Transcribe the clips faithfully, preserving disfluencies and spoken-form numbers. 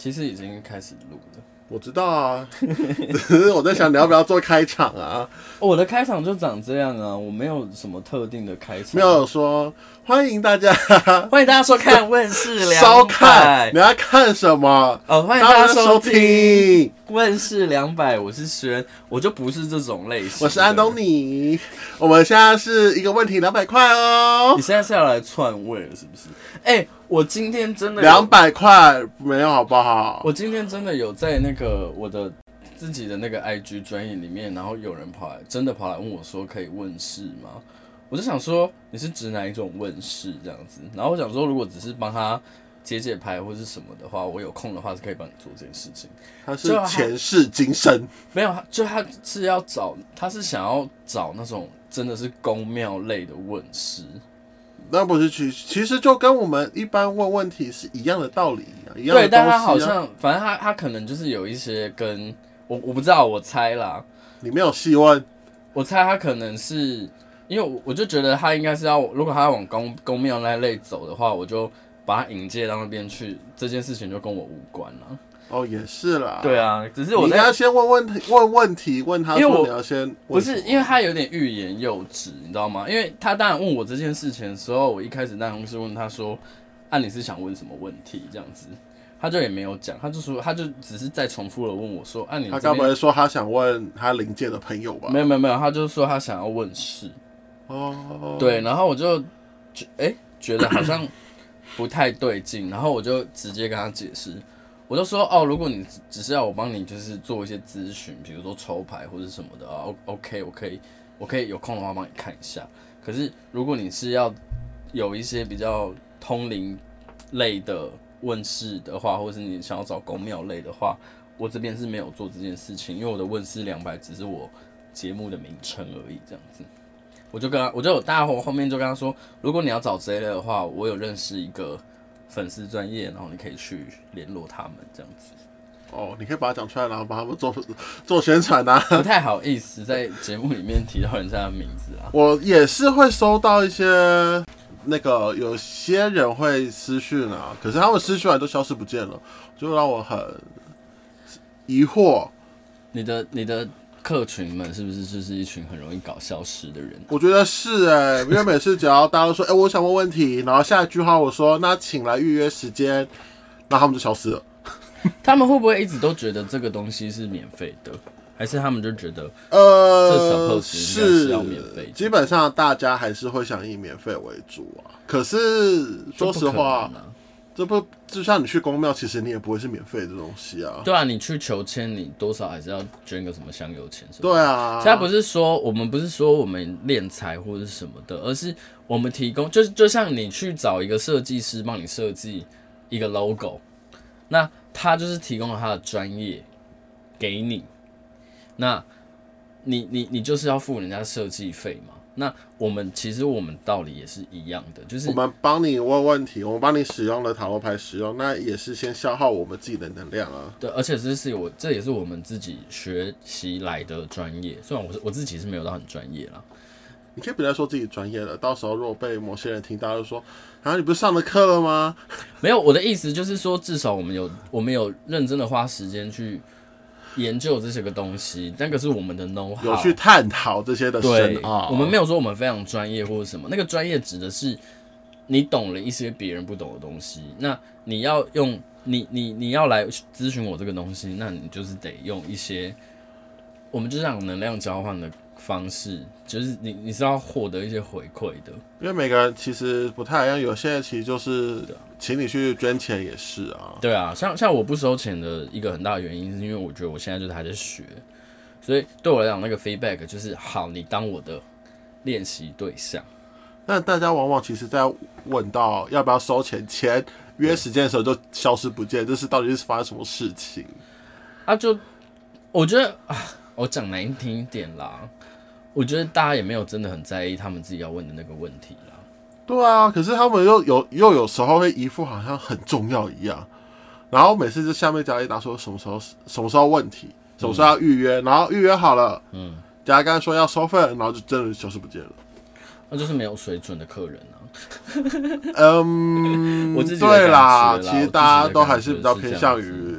其实已经开始录了。 我知道啊，只是我在想你要不要做开场啊？ 我的开场就长这样啊，我没有什么特定的开场。 没有说欢迎大家， 欢迎大家收看《问世两百》。 收看，你要看什么？ 哦，欢迎大家收听 《 问世两百》，我是轩，我就不是这种类型。 我是安东尼，我们现在是一个问题两百块哦。 你现在是要来篡位了，是不是？哎、欸，我今天真的两百块没有好不好？ 我今天真的有在那个我的自己的那个 I G 专页里面，然后有人跑来，真的跑来问我说可以问世吗？我就想说你是指哪一种问世这样子？然后我想说，如果只是帮他解解牌或是什么的话，我有空的话是可以帮你做这件事情。 他是前世今生， 没有，就他是要找，他是想要找那种真的是宫庙类的问世。 那不是其其实就跟我们一般问问题是一样的道理啊，一样的东西啊。 对，但他好像，反正他他可能就是有一些跟我我不知道，我猜啦。 你没有细问， 我猜他可能是因为我我就觉得他应该是要，如果他要往宫宫庙那类走的话，我就把他引介到那边去，这件事情就跟我无关了。 哦，也是啦。 对啊，只是我你应该先问问题，问问题，问他说你要先问不是，因为他有点欲言又止，你知道吗？因为他当然问我这件事情的时候，我一开始当然是问他说：“啊，你是想问什么问题？”这样子，他就也没有讲，他就说，他就只是再重复了问我说：“啊，你他该不会说他想问他临界的朋友吧？” 没有没有没有，他就说他想要问事。 哦， 对，然后我就哎、欸、觉得好像不太对劲，然后我就直接跟他解释。我就说哦，如果你只是要我帮你，就是做一些咨询，比如说抽牌或者什么的啊 ，OK， 我可以，我可以有空的话帮你看一下。可是如果你是要有一些比较通灵类的问世的话，或者是你想要找宫庙类的话，我这边是没有做这件事情，因为我的问世两百只是我节目的名称而已，这样子。我就跟他，我就有大家后面就跟他说，如果你要找这一类的话，我有认识一个粉丝专业，然后你可以去联络他们这样子。 哦，你可以把它讲出来，然后帮他们做做宣传啊。 不太好意思在节目里面提到人家的名字啊。 我也是会收到一些那个有些人会私讯啊，可是他们私讯完都消失不见了，就让我很疑惑。 你的你的客群们是不是就是一群很容易搞消失的人？ 我觉得是哎、欸，因为每次只要大家都说哎、欸，我想问问题，然后下一句话我说那请来预约时间，然后他们就消失了。 他们会不会一直都觉得这个东西是免费的，还是他们就觉得呃， 这 suppose 应该是要免费的？ 基本上大家还是会想以免费为主啊。可是说实话，这不就像你去宫庙，其实你也不会是免费的东西啊。 对啊，你去求签，你多少还是要捐个什么香油钱什么的。 对啊， 现在不是说我们不是说我们敛财或者什么的，而是我们提供，就就像你去找一个设计师帮你设计一个 logo， 那他就是提供了他的专业给你，那你你你就是要付人家设计费嘛。那我们其实我们道理也是一样的，就是我们帮你问问题，我们帮你使用了塔罗牌使用，那也是先消耗我们自己的能量啊。 对，而且这是我这也是我们自己学习来的专业，虽然我我自己是没有到很专业啦。 你可以不要说自己专业了，到时候如果被某些人听到，就说啊，你不是上了课了吗？ 没有，我的意思就是说，至少我们有我们有认真的花时间去研究这些个东西，那个是我们的 know how， 有去探讨这些的深奥。 我们没有说我们非常专业或者什么，那个专业指的是你懂了一些别人不懂的东西，那你要用你你你要来咨询我这个东西，那你就是得用一些，我们就像能量交换的方式，就是你你是要获得一些回馈的， 因为每个人其实不太一样，有些人其实就是请你去捐钱也是啊。 对啊，像像我不收钱的一个很大的原因，是因为我觉得我现在就是还在学，所以对我来讲，那个 feedback 就是好，你当我的练习对象。 但大家往往其实在问到要不要收钱前约时间的时候就消失不见，这是到底是发生什么事情啊？就我觉得啊，我讲难听一点啦，我觉得大家也没有真的很在意他们自己要问的那个问题啦。 对啊，可是他们又有又有时候会一副好像很重要一样，然后每次就下面加一打说什么时候什么时候问题，什么时候要预约，嗯、然后预约好了，嗯，加刚才说要收费，然后就真的消失不见了。 那就是没有水准的客人啊。 嗯， 我自己对啦， 啦， 其实大家都还是比较偏向于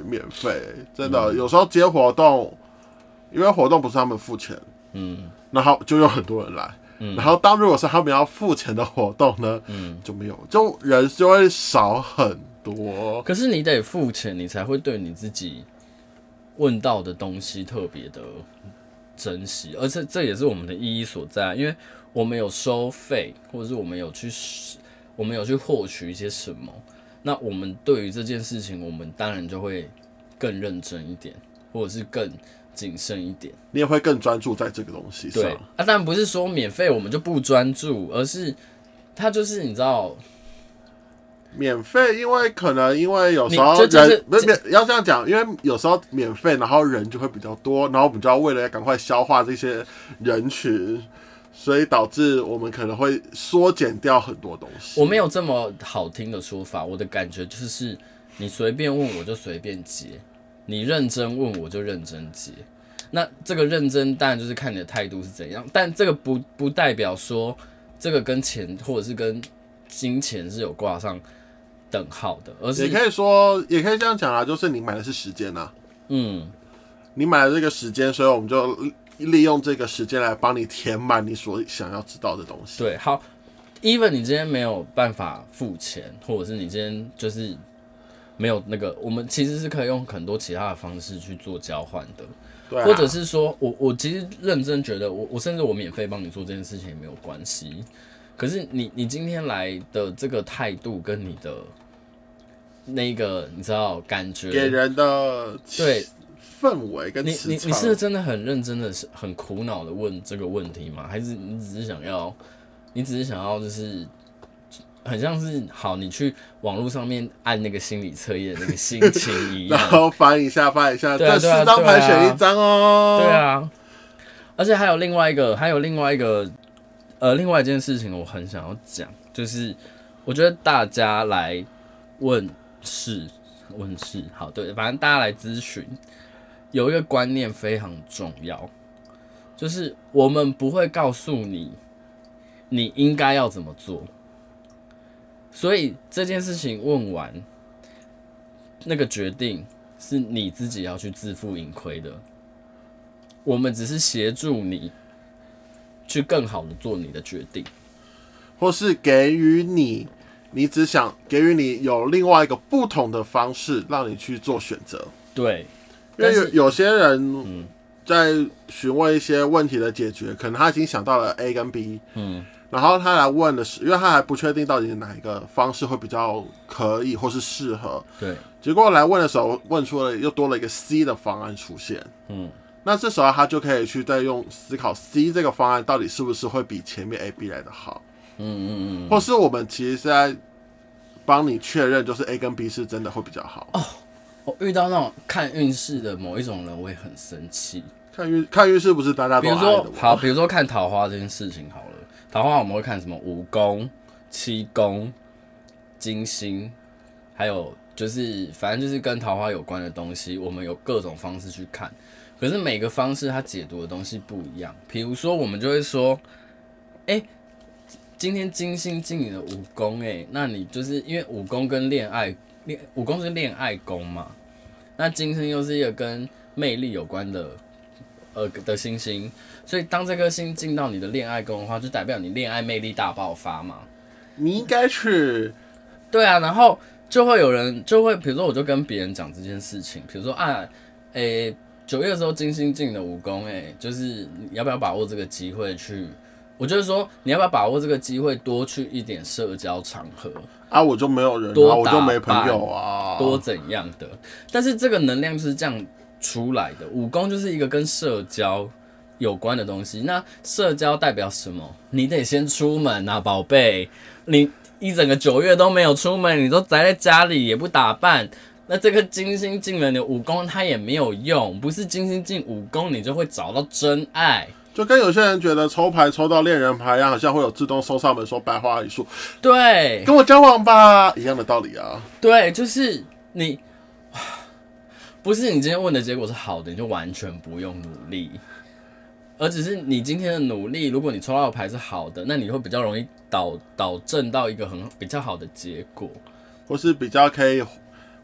免费，真的、嗯、有时候接活动，因为活动不是他们付钱， 嗯， 然后就有很多人来，嗯，然后当如果是他们要付钱的活动呢，嗯，就没有，就人就会少很多。 可是你得付钱，你才会对你自己问到的东西特别的珍惜，而且这也是我们的意义所在，因为我们有收费，或者是我们有去，我们有去获取一些什么。那我们对于这件事情，我们当然就会更认真一点，或者是更谨慎一点。 你也会更专注在这个东西上。 对啊，当然不是说免费我们就不专注，而是它就是你知道， 免费，因为可能因为有时候人、就是、不是要这样讲，因为有时候免费，然后人就会比较多，然后我们就要为了赶快消化这些人群。所以导致我们可能会缩减掉很多东西。 我没有这么好听的说法，我的感觉就是，你随便问我就随便接，你认真问我就认真接。那这个认真当然就是看你的态度是怎样，但这个不不代表说这个跟钱或者是跟金钱是有挂上等号的，而是也可以说，也可以这样讲啊，就是你买的是时间啊，嗯，你买了这个时间，所以我们就利用这个时间来帮你填满你所想要知道的东西。 对，好 ，even 你今天没有办法付钱，或者是你今天就是没有那个，我们其实是可以用很多其他的方式去做交换的。对、啊，或者是说我我其实认真觉得我我甚至我免费帮你做这件事情也没有关系。可是你你今天来的这个态度跟你的那个你知道感觉给人的对。 氛围跟磁场， 你你你是真的很认真的、很苦恼的问这个问题吗？还是你只是想要，你只是想要就是很像是好，你去网络上面按那个心理测验那个心情一样， 然后翻一下翻一下， 对啊这四张牌选一张哦。 对啊，而且还有另外一个，还有另外一个，呃，另外一件事情我很想要讲，就是我觉得大家来问事问事，好，对，反正大家来咨询。有一个观念非常重要，就是我们不会告诉你你应该要怎么做，所以这件事情问完，那个决定是你自己要去自负盈亏的。我们只是协助你去更好的做你的决定， 或是给予你，你只想给予你有另外一个不同的方式，让你去做选择。 对。 因为 有, 有些人在询问一些问题的解决，可能他已经想到了 A 跟 B， 嗯，然后他来问的是，因为他还不确定到底哪一个方式会比较可以或是适合， 对， 结果来问的时候，问出了又多了一个 C 的方案出现，嗯，那这时候他就可以去再用思考 C 这个方案到底是不是会比前面 A、B 来的好，嗯嗯嗯，或是我们其实是在帮你确认，就是 A 跟 B 是真的会比较好。 哦，我遇到那种看运势的某一种人，我也很生气。 看运看运势不是大家都爱的吗？ 比如说，好，比如说看桃花这件事情好了，桃花我们会看什么五宫、七宫、金星，还有就是反正就是跟桃花有关的东西，我们有各种方式去看。可是每个方式它解读的东西不一样。比如说，我们就会说，哎、欸，今天金星进你的五宫，哎，那你就是因为五宫跟恋爱。五宫是恋爱宫嘛，那金星又是一个跟魅力有关的呃的星星，所以当这颗星进到你的恋爱宫的话，就代表你恋爱魅力大爆发嘛。 你应该去， 对啊，然后就会有人就会，比如说我就跟别人讲这件事情，比如说啊，诶，九月的时候金星进了五宫，诶，就是你要不要把握这个机会去？我就是说，你要不要把握这个机会，多去一点社交场合啊？我就没有人啊，我就没朋友啊， 多怎样的？但是这个能量就是这样出来的。五宫就是一个跟社交有关的东西。那社交代表什么？你得先出门啊，宝贝！你一整个九月都没有出门，你都宅在家里也不打扮，那这个金星进了你的五宫，它也没有用。不是金星进五宫，你就会找到真爱。 就跟有些人觉得抽牌抽到恋人牌一样，好像会有自动送上门说白花一束， 对， 跟我交往吧一样的道理啊。 对，就是你，不是你今天问的结果是好的，你就完全不用努力，而只是你今天的努力，如果你抽到的牌是好的，那你会比较容易导导正到一个很比较好的结果， 或是比较可以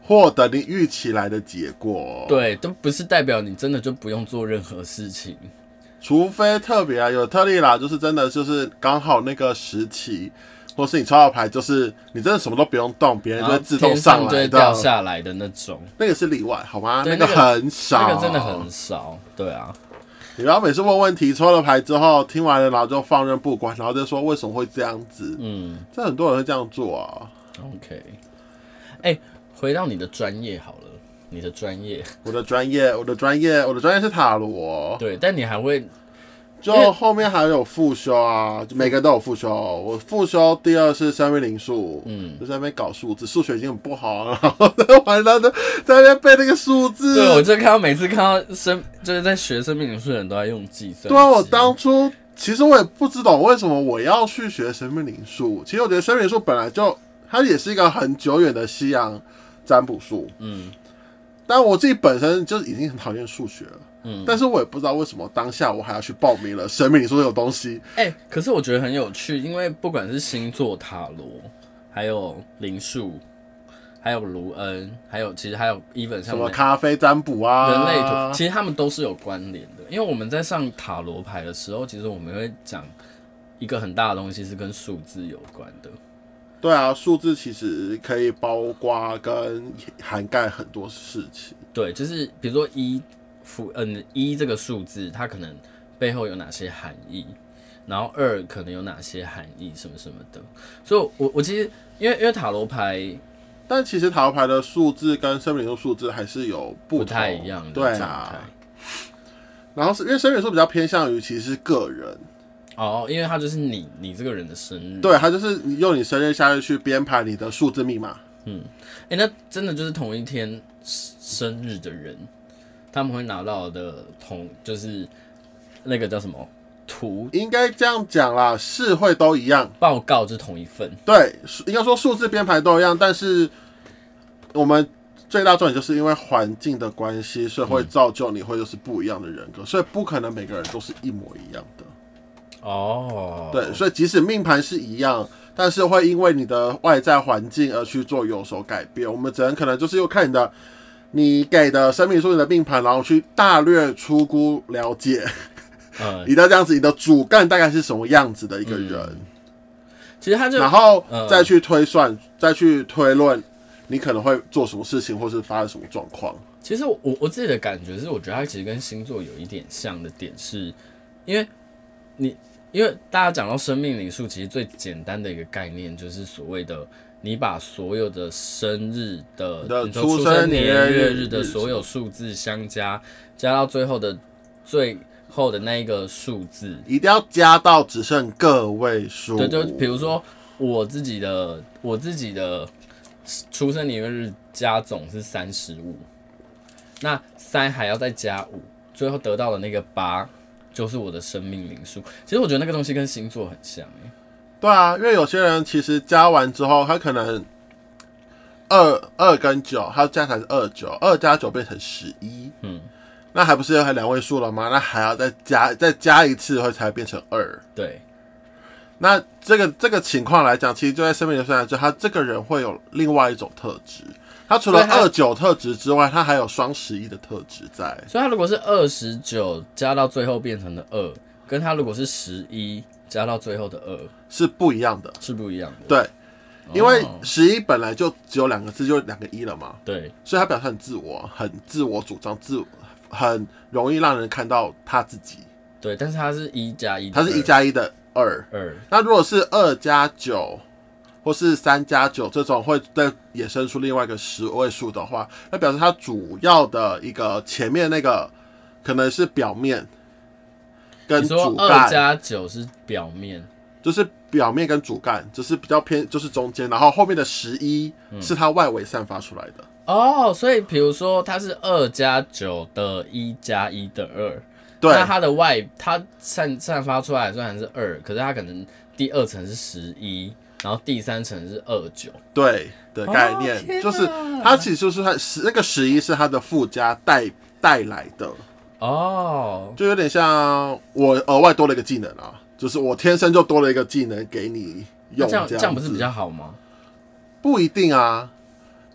获得你预期来的结果。 对，都不是代表你真的就不用做任何事情， 除非特别啊，有特例啦，就是真的就是刚好那个时期，或是你抽到牌，就是你真的什么都不用动，别人就会自动上来的， 就会掉下来的那种。 那个是例外，好吗？ 那个很少， 那个真的很少。对啊， 你不要每次问问题，抽了牌之后听完了，然后就放任不管，然后再说为什么会这样子。嗯，这很多人会这样做啊。 OK， 哎、欸，回到你的专业好了，你的专业， 我的专业，我的专业，我的专业是塔罗。 对，但你还会。 就后面还有复修啊，每个都有复修。我复修第二是生命灵数，嗯，就在那边搞数字，数学已经很不好了，然后完了在那边背那个数字。 对，我就看到每次看到生就是在学生命灵数的人都在用计算。 对啊，我当初其实我也不知懂为什么我要去学生命灵数。其实我觉得生命灵数本来就它也是一个很久远的西洋占卜术，嗯，但我自己本身就已经很讨厌数学了。嗯，但是我也不知道为什么当下我还要去报名了生命灵数这种东西。 哎、欸，可是我觉得很有趣，因为不管是星座塔罗，还有灵数，还有卢恩，还有其实还有 even 像什么咖啡占卜啊、 人类图，其实他们都是有关联的。因为我们在上塔罗牌的时候，其实我们会讲一个很大的东西是跟数字有关的。 对啊，数字其实可以包括跟涵盖很多事情。 对，就是比如说一。嗯，一这个数字，它可能背后有哪些含义？然后二可能有哪些含义，什么什么的。所以我，我我其实因为因为塔罗牌， 但其实塔罗牌的数字跟生命灵数数字还是有 不, 不太一样的状态。对啊。然后因为生命灵数比较偏向于其实是个人。 哦，因为它就是你你这个人的生日。 对，它就是你用你生日下日去编排你的数字密码。 嗯，哎、欸，那真的就是同一天生日的人。他们会拿到的同就是那个叫什么图， 应该这样讲啦，是会都一样， 报告就是同一份。 对，应该说数字编排都一样，但是我们最大重点就是因为环境的关系，所以会造就你会就是不一样的人格，嗯、所以不可能每个人都是一模一样的。 哦， 对，所以即使命盘是一样，但是会因为你的外在环境而去做有所改变。我们只能可能就是又看你的。你给的生命数字的命盘，然后去大略粗估了解，嗯，你的这样子，你的主干大概是什么样子的一个人，嗯、 其实他就， 然后再去推算，嗯、再去推论，你可能会做什么事情，或是发生什么状况。 其实我我自己的感觉是，我觉得它其实跟星座有一点像的点是，因为你因为大家讲到生命灵数，其实最简单的一个概念就是所谓的。你把所有的生日的、 的出生年月日的所有数字相加，加到最后的最后的那一个数字， 一定要加到只剩个位数。 对，就比如说我自己的我自己的出生年月日加总是三十五，那三还要再加五，最后得到的那个八就是我的生命灵数。其实我觉得那个东西跟星座很像、欸对啊，因为有些人其实加完之后，他可能二二跟九，他加起来是二九，二加九变成十一，嗯，那还不是有两位数了吗？那还要再加再加一次会才变成二。 对， 那这个这个情况来讲，其实就在生命灵数来讲，他这个人会有另外一种特质。他除了二九特质之外，他还有双十一的特质在。 所以他如果是二十九加到最后变成了二，跟他如果是十一。加到最后的二是不一样的， 是不一样的。 对，因为十一本来就只有两个字，就两个一了嘛。 对， 所以他表示很自我，很自我主张，自很容易让人看到他自己。 对，但是他是一加一， 他是一加一的二。 二。 那如果是二加九，或是三加九这种，会再衍生出另外一个十位数的话，那表示他主要的一个前面那个可能是表面。跟主干， 你说二加九是表面， 就是表面跟主干，就是比较偏，就是中间，然后后面的十一是它外围散发出来的。 嗯、哦，所以比如说它是二加九的一加一的二， 对， 那它的外它散散发出来虽然是二，可是它可能第二层是十一，然后第三层是二九， 对的概念，哦、就是它其实就是它十那个十一是它的附加带带来的。 哦， 就有点像我额外多了一个技能啊，就是我天生就多了一个技能给你用， 这样这样不是比较好吗？ 不一定啊，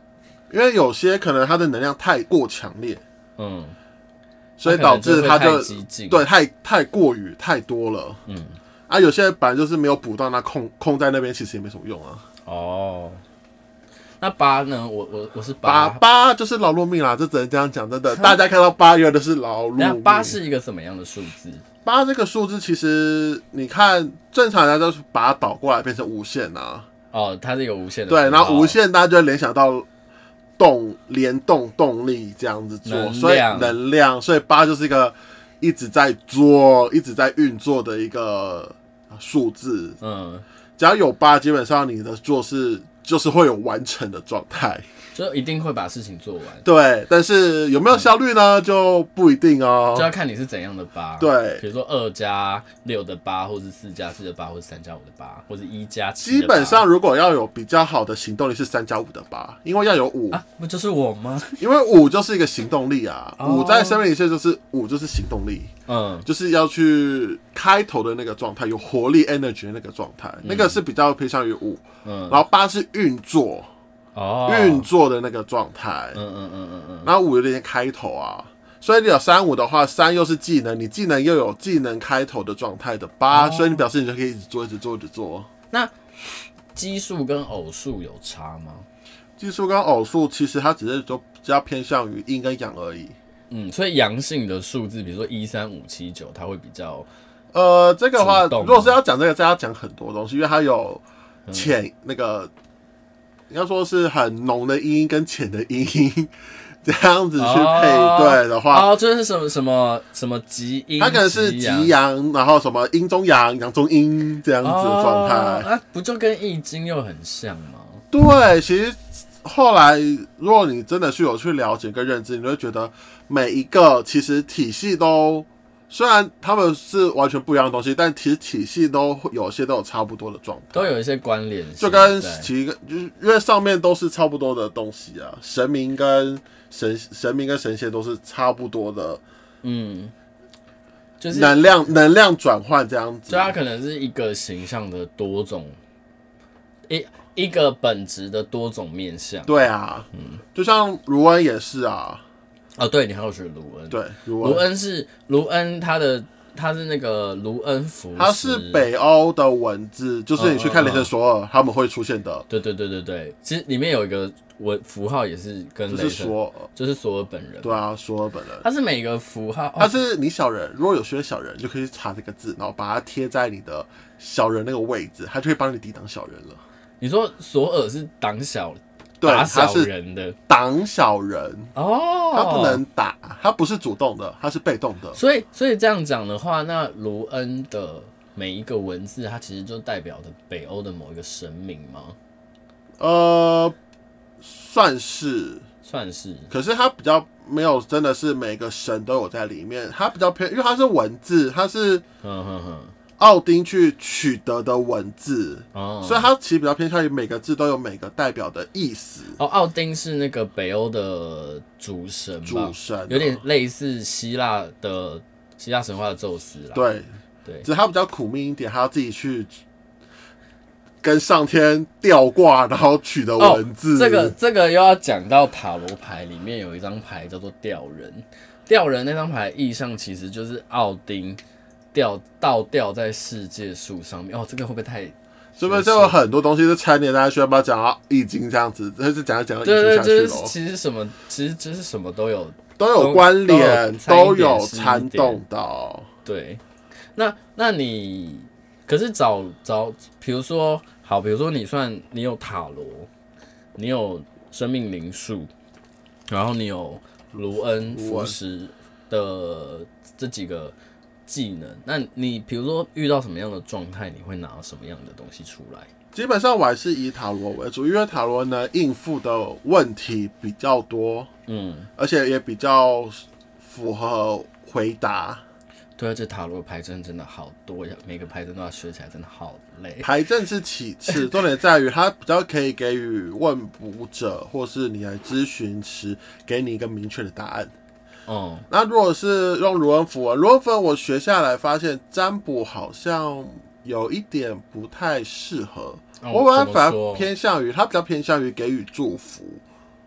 因为有些可能它的能量太过强烈， 嗯， 所以导致它就就对太太过于太多了，嗯，啊，有些本来就是没有补到，那空空在那边其实也没什么用啊。 哦，那八呢？我我我是八八就是劳碌命啦，这只能这样讲，真的，大家看到八原来是劳碌命。 八是一个什么样的数字？ 八这个数字其实你看正常人家就是把它倒过来变成无限啊。 哦，它是一个无限的。 对，然后无限大家就会联想到动联动动力这样子做，所以能量，所以八就是一个一直在做、一直在运作的一个数字。嗯，只要有八，基本上你的做事就是会有完成的状态。 就一定会把事情做完， 对，但是有没有效率呢？嗯、就不一定哦， 就要看你是怎样的八。 对， 比如说二加六的八，或是四加四的八，或是三加五的八，或是一加七的八。 基本上，如果要有比较好的行动力，是三加五的八，因为要有五啊，不就是我吗？ 因为五就是一个行动力啊，五、哦、在生命理学就是五就是行动力，嗯，就是要去开头的那个状态，有活力 energy 的那个状态，嗯、那个是比较偏向于五，嗯，然后八是运作。运、哦、作的那个状态，嗯嗯嗯嗯嗯，然后五有点开头啊，所以你有三五的话，三又是技能，你技能又有技能开头的状态的八、哦，所以你表示你就可以一直做，一直做，一直做。 那奇数跟偶数有差吗？ 奇数跟偶数其实它只是就比较偏向于阴跟阳而已。 嗯，所以阳性的数字，比如说一三五七九，它会比较呃，这个的话，如果是要讲这个，这要讲很多东西，因为它有浅、嗯、那个。要说是很浓的阴跟浅的阴，这样子去配对的话， 哦，这是什么什么什么极阴， 它可能是极阳，然后什么阴中阳、阳中阴这样子的状态， 哦、啊，不就跟易经又很像吗？ 对，其实后来如果你真的是有去了解跟认知，你会觉得每一个其实体系都。虽然他们是完全不一样的东西，但其实体系都有些都有差不多的状态， 都有一些关联性， 就跟其实就是因为上面都是差不多的东西啊，神明跟神神明跟神仙都是差不多的，嗯，就是能量能量转换这样子， 就它可能是一个形象的多种，一一个本质的多种面向， 对啊，嗯，就像卢恩也是啊。 哦，对，你还有学卢恩， 对， 卢恩, 卢恩是卢恩，他的他是那个卢恩符， 他是北欧的文字，就是你去看雷神索尔，嗯嗯嗯他们会出现的。 对对对对对，其实里面有一个文符号也是跟雷神，就是索尔，就是索尔本人。 对啊，索尔本人， 他是每个符号， 他是你小人，如果有学小人，就可以查这个字，然后把它贴在你的小人那个位置，他就会帮你抵挡小人了。 你说索尔是挡小？打小人的挡小人哦，他不能打，他不是主动的，他是被动的。 所以，所以这样讲的话，那卢恩的每一个文字，它其实就代表着北欧的某一个神明吗？ 呃，算是， 算是。 可是他比较没有，真的是每个神都有在里面。他比较偏，因为他是文字，他是，哼哼哼。奥丁去取得的文字，哦、所以它其实比较偏向于每个字都有每个代表的意思。 哦，奥丁是那个北欧的主神吧， 主神、哦、 有点类似希腊的希腊神话的宙斯啦。 对对，只是他比较苦命一点，他要自己去跟上天吊挂，然后取得文字。 哦、这个这个又要讲到塔罗牌里面有一张牌叫做吊人，吊人那张牌意象其实就是奥丁。吊倒吊在世界树上面哦，这个会不会太？ 是不是就有很多东西是牵连？大家需要不要讲到易经这样子？就是讲讲到易经下去咯。 对对，就是其实什么，其实就是什么都有， 都有关联，都有掺动到。 对，那那你可是找找，比如说好，比如说你算你有塔罗，你有生命灵数，然后你有卢恩符石的这几个。技能，那你比如说遇到什么样的状态，你会拿什么样的东西出来？ 基本上我还是以塔罗为主，因为塔罗呢应付的问题比较多，嗯，而且也比较符合回答。 对啊，这塔罗牌阵真的好多呀，每个牌阵都要学起来，真的好累。 牌阵是其次，重点在于它比较可以给予问卜者或是你来咨询时，给你一个明确的答案。哦、嗯，那如果是用卢恩符文，卢恩符文我学下来发现占卜好像有一点不太适合，哦、我反而偏向于它比较偏向于给予祝福。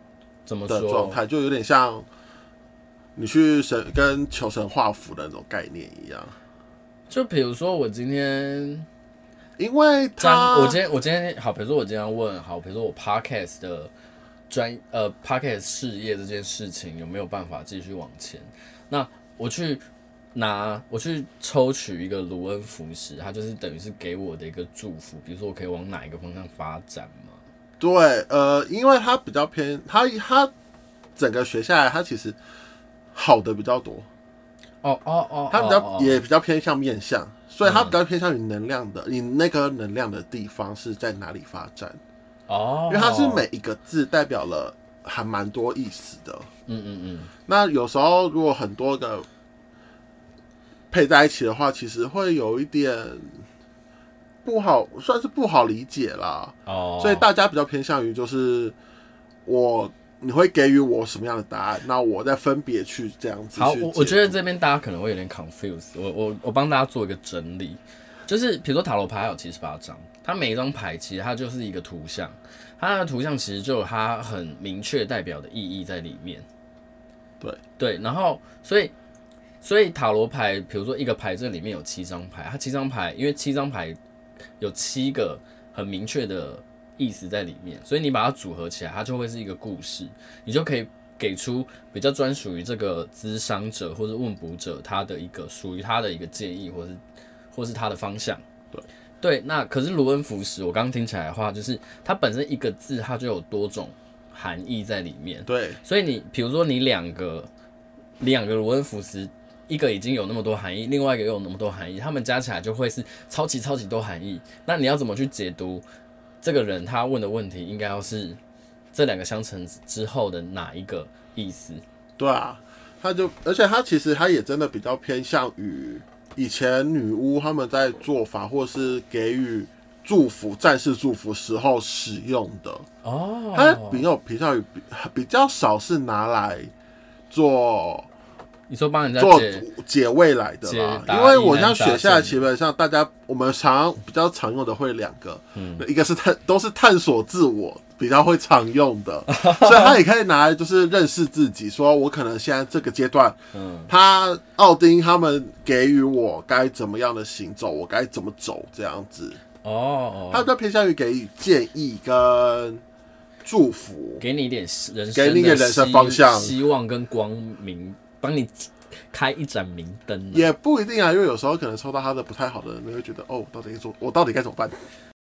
的状态，就有点像你去神跟求神画符的那种概念一样。 就比如说我今天， 因为他我今天我今天好，比如说我今天要问好，比如说我 podcast 的专呃 podcast 事业这件事情有没有办法继续往前？那我去拿我去抽取一个卢恩符石，它就是等于是给我的一个祝福，比如说我可以往哪一个方向发展嘛？ 对，呃，因为它比较偏，它它整个学下来，它其实好的比较多。 哦哦哦， 它比较、 哦哦、 也比较偏向面向，所以它比较偏向于能量的，你那个能量的地方是在哪里发展？ 哦， 因为它是每一个字代表了还蛮多意思的。 嗯嗯嗯。 那有时候如果很多个配在一起的话，其实会有一点不好，算是不好理解啦。 哦， 所以大家比较偏向于就是我。你会给予我什么样的答案？那我再分别去这样子去。 好，我我觉得这边大家可能会有点 confuse 我。我我我帮大家做一个整理，就是比如说塔罗牌有七十八张，它每一张牌其实它就是一个图像，它的图像其实就有它很明确代表的意义在里面。 对对，然后所以所以塔罗牌，比如说一个牌阵里面有七张牌，它七张牌因为七张牌有七个很明确的意思在里面，所以你把它组合起来，它就会是一个故事，你就可以给出比较专属于这个咨商者或者问卜者他的一个属于他的一个建议，或是或是他的方向。 对对，那可是卢恩符石，我刚刚听起来的话，就是它本身一个字它就有多种含义在里面。 对， 所以你比如说你两个两个卢恩符石，一个已经有那么多含义，另外一个又有那么多含义，他们加起来就会是超级超级多含义。那你要怎么去解读？这个人他问的问题应该要是这两个相乘之后的哪一个意思？ 对啊，他就而且他其实他也真的比较偏向于以前女巫他们在做法或是给予祝福、战士祝福时候使用的哦。 他比较偏向于比较少是拿来做。 你说帮人家做解解未来的啦，因为我像写下来，基本上大家我们常比较常用的会两个，嗯，一个是探都是探索自我比较会常用的，所以他也可以拿来就是认识自己，说我可能现在这个阶段，嗯，他奥丁他们给予我该怎么样的行走，我该怎么走这样子，哦，他比较偏向于给予建议跟祝福， 给你一点人生给你一点人生方向、 希望跟光明。帮你开一盏明灯、啊， 也不一定啊，因为有时候可能抽到他的不太好的人，你会觉得哦，到底做我到底该怎么办？